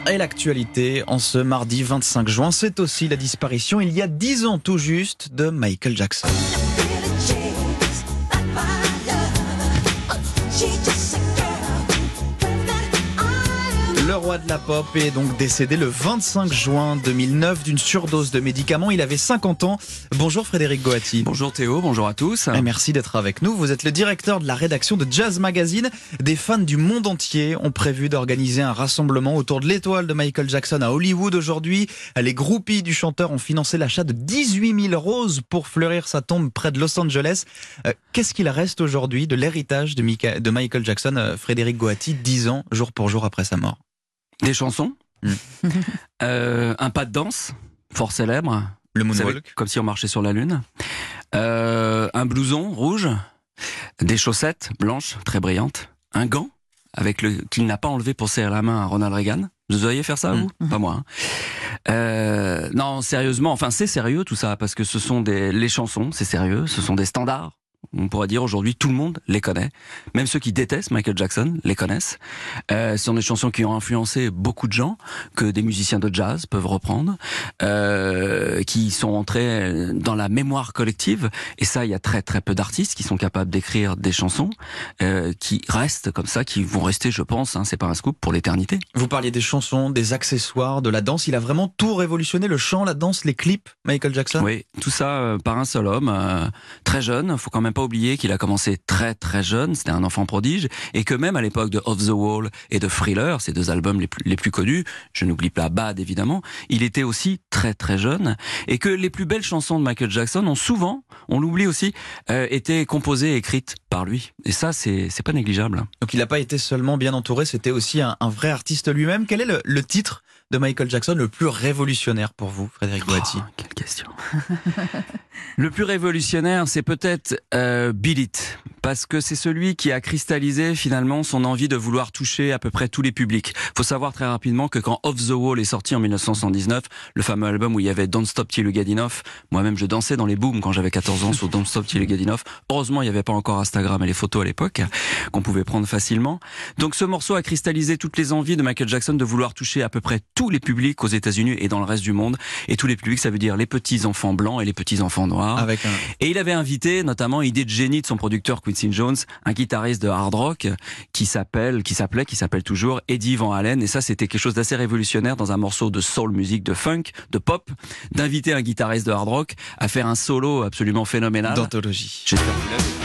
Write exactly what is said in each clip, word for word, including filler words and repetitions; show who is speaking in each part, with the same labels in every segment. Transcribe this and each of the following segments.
Speaker 1: Et l'actualité, en ce mardi vingt-cinq juin, c'est aussi la disparition, il y a dix ans tout juste, de Michael Jackson. Le roi de la pop est donc décédé le vingt-cinq juin deux mille neuf d'une surdose de médicaments. Il avait cinquante ans. Bonjour Frédéric Goati.
Speaker 2: Bonjour Théo, bonjour à tous.
Speaker 1: Et merci d'être avec nous. Vous êtes le directeur de la rédaction de Jazz Magazine. Des fans du monde entier ont prévu d'organiser un rassemblement autour de l'étoile de Michael Jackson à Hollywood aujourd'hui. Les groupies du chanteur ont financé l'achat de dix-huit mille roses pour fleurir sa tombe près de Los Angeles. Euh, qu'est-ce qu'il reste aujourd'hui de l'héritage de, Mika- de Michael Jackson, euh, Frédéric Goati, dix ans, jour pour jour après sa mort?
Speaker 2: Des chansons, mmh. euh, un pas de danse, fort célèbre.
Speaker 1: Le moonwalk.
Speaker 2: Comme si on marchait sur la lune. Euh, un blouson rouge, des chaussettes blanches, très brillantes, un gant avec le qu'il n'a pas enlevé pour serrer la main à Ronald Reagan. Vous devriez faire ça, vous? Mmh. Pas moi. Hein. Euh, non, sérieusement, enfin c'est sérieux tout ça, parce que ce sont des les chansons, c'est sérieux, ce sont des standards. On pourrait dire aujourd'hui tout le monde les connaît, même ceux qui détestent Michael Jackson les connaissent. Euh, ce sont des chansons qui ont influencé beaucoup de gens, que des musiciens de jazz peuvent reprendre, euh, qui sont entrés dans la mémoire collective. Et ça, il y a très très peu d'artistes qui sont capables d'écrire des chansons euh, qui restent comme ça, qui vont rester, je pense, hein, c'est pas un scoop, pour l'éternité.
Speaker 1: Vous parliez des chansons, des accessoires, de la danse. Il a vraiment tout révolutionné, le chant, la danse, les clips, Michael Jackson.
Speaker 2: Oui, tout ça euh, par un seul homme, euh, très jeune. Faut quand même pas oublier qu'il a commencé très très jeune, c'était un enfant prodige, et que même à l'époque de Off the Wall et de Thriller, ces deux albums les plus, les plus connus, je n'oublie pas Bad évidemment, il était aussi très très jeune, et que les plus belles chansons de Michael Jackson ont souvent, on l'oublie aussi, euh, été composées et écrites par lui. Et ça, c'est, c'est pas négligeable.
Speaker 1: Donc il n'a pas été seulement bien entouré, c'était aussi un, un vrai artiste lui-même. Quel est le, le titre de Michael Jackson le plus révolutionnaire pour vous, Frédéric Goati?
Speaker 2: Oh, quelle question. Le plus révolutionnaire, c'est peut-être euh, Beat It, parce que c'est celui qui a cristallisé finalement son envie de vouloir toucher à peu près tous les publics. Faut savoir très rapidement que quand Off the Wall est sorti en dix-neuf cent soixante-dix-neuf, le fameux album où il y avait Don't Stop Till You Get Enough, moi-même je dansais dans les booms quand j'avais quatorze ans sur Don't Stop Till You Get Enough. Heureusement, il n'y avait pas encore Instagram et les photos à l'époque qu'on pouvait prendre facilement. Donc ce morceau a cristallisé toutes les envies de Michael Jackson de vouloir toucher à peu près tous les publics aux États-Unis et dans le reste du monde. Et tous les publics, ça veut dire les petits enfants blancs et les petits enfants noirs.
Speaker 1: Avec un...
Speaker 2: Et il avait invité, notamment, idée de génie de son producteur Quincy Jones, un guitariste de hard rock qui s'appelle, qui s'appelait, qui s'appelle toujours Eddie Van Halen. Et ça, c'était quelque chose d'assez révolutionnaire dans un morceau de soul music, de funk, de pop, d'inviter un guitariste de hard rock à faire un solo absolument phénoménal.
Speaker 1: D'anthologie.
Speaker 2: J'espère que vous l'avez.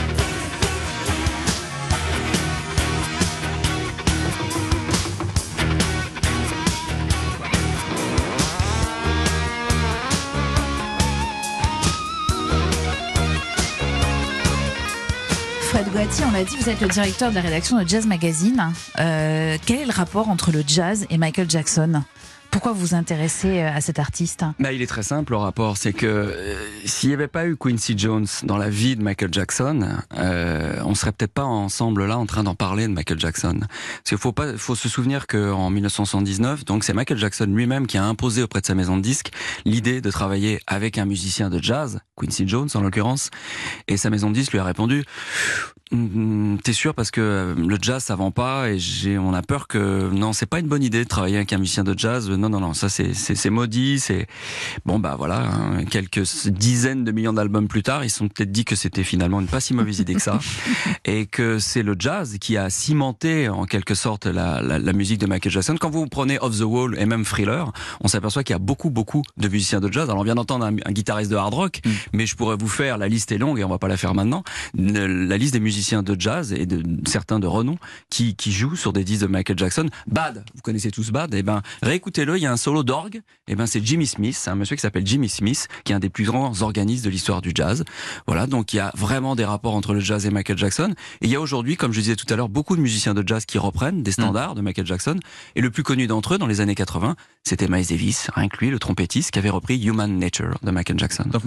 Speaker 3: Fred Goati, on l'a dit, vous êtes le directeur de la rédaction de Jazz Magazine. Euh, quel est le rapport entre le jazz et Michael Jackson ? Pourquoi vous vous intéressez à cet artiste ?
Speaker 2: Bah, il est très simple le rapport, c'est que euh, s'il n'y avait pas eu Quincy Jones dans la vie de Michael Jackson, euh, on serait peut-être pas ensemble là en train d'en parler de Michael Jackson. Parce qu'il faut pas, faut se souvenir qu'en dix-neuf cent soixante-dix-neuf, donc c'est Michael Jackson lui-même qui a imposé auprès de sa maison de disques l'idée de travailler avec un musicien de jazz, Quincy Jones en l'occurrence, et sa maison de disques lui a répondu: t'es sûr, parce que le jazz ça vend pas, et j'ai, on a peur que non, c'est pas une bonne idée de travailler avec un musicien de jazz. Non, non, non, ça c'est, c'est, c'est maudit. C'est bon, bah voilà. Hein, quelques dizaines de millions d'albums plus tard, ils se sont peut-être dit que c'était finalement une pas si mauvaise idée que ça, et que c'est le jazz qui a cimenté en quelque sorte la, la, la musique de Michael Jackson. Quand vous prenez Off the Wall et même Thriller, on s'aperçoit qu'il y a beaucoup, beaucoup de musiciens de jazz. Alors on vient d'entendre un, un guitariste de hard rock, mm. mais je pourrais vous faire, la liste est longue et on va pas la faire maintenant, la liste des musiciens de jazz et de certains de renom qui, qui jouent sur des disques de Michael Jackson. Bad, vous connaissez tous Bad, et ben réécoutez-le, il y a un solo d'orgue, et ben c'est Jimmy Smith, c'est un monsieur qui s'appelle Jimmy Smith, qui est un des plus grands organistes de l'histoire du jazz. Voilà, donc il y a vraiment des rapports entre le jazz et Michael Jackson, et il y a aujourd'hui, comme je disais tout à l'heure, beaucoup de musiciens de jazz qui reprennent des standards mmh. de Michael Jackson, et le plus connu d'entre eux dans les années quatre-vingts, c'était Miles Davis, rien que lui, le trompettiste, qui avait repris Human Nature de Michael Jackson.
Speaker 1: Donc Michael Jackson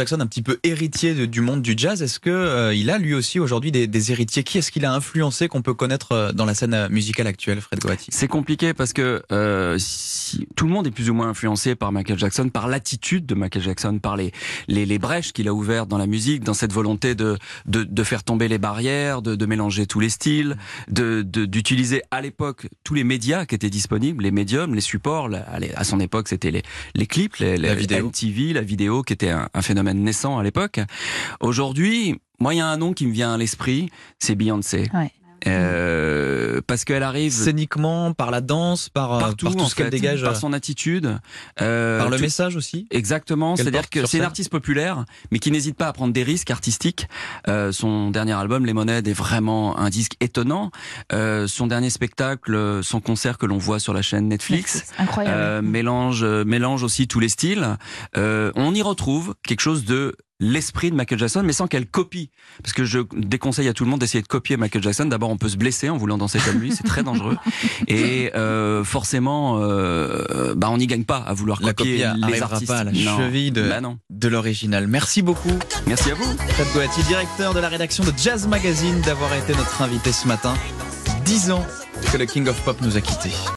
Speaker 1: Jackson un petit peu héritier de, du monde du jazz. Est-ce que euh, il a lui aussi aujourd'hui des, des héritiers? Qui est-ce qu'il a influencé qu'on peut connaître euh, dans la scène musicale actuelle, Fred Goati?
Speaker 2: C'est compliqué parce que euh, si, tout le monde est plus ou moins influencé par Michael Jackson, par l'attitude de Michael Jackson, par les les, les brèches qu'il a ouvertes dans la musique, dans cette volonté de de, de faire tomber les barrières, de, de mélanger tous les styles, de d'utiliser à l'époque tous les médias qui étaient disponibles, les médiums, les supports. La, à son époque, c'était les les clips, les, la les vidéo. M T V, la vidéo, qui était un, un phénomène naissant à l'époque. Aujourd'hui, moi, il y a un nom qui me vient à l'esprit, c'est Beyoncé. Ouais. Euh, parce qu'elle arrive
Speaker 1: scéniquement, par la danse, par,
Speaker 2: partout,
Speaker 1: par tout ce qu'elle dégage,
Speaker 2: par son attitude,
Speaker 1: euh, par le tout, message aussi.
Speaker 2: Exactement, c'est-à-dire que c'est une artiste populaire, mais qui n'hésite pas à prendre des risques artistiques. Euh, son dernier album, Lemonade, est vraiment un disque étonnant. Euh, son dernier spectacle, son concert que l'on voit sur la chaîne Netflix,
Speaker 3: Netflix incroyable.
Speaker 2: Euh, mélange, mélange aussi tous les styles. Euh, on y retrouve quelque chose de l'esprit de Michael Jackson, mais sans qu'elle copie. Parce que je déconseille à tout le monde d'essayer de copier Michael Jackson. D'abord, on peut se blesser en voulant danser comme lui, c'est très dangereux. Et euh, forcément, euh, bah on n'y gagne pas à vouloir
Speaker 1: la
Speaker 2: copier
Speaker 1: copie
Speaker 2: les artistes.
Speaker 1: Pas à la non. cheville de, bah de l'original. Merci beaucoup.
Speaker 2: Merci à vous.
Speaker 1: Fred Goati, directeur de la rédaction de Jazz Magazine, d'avoir été notre invité ce matin. Dix ans que le King of Pop nous a quittés.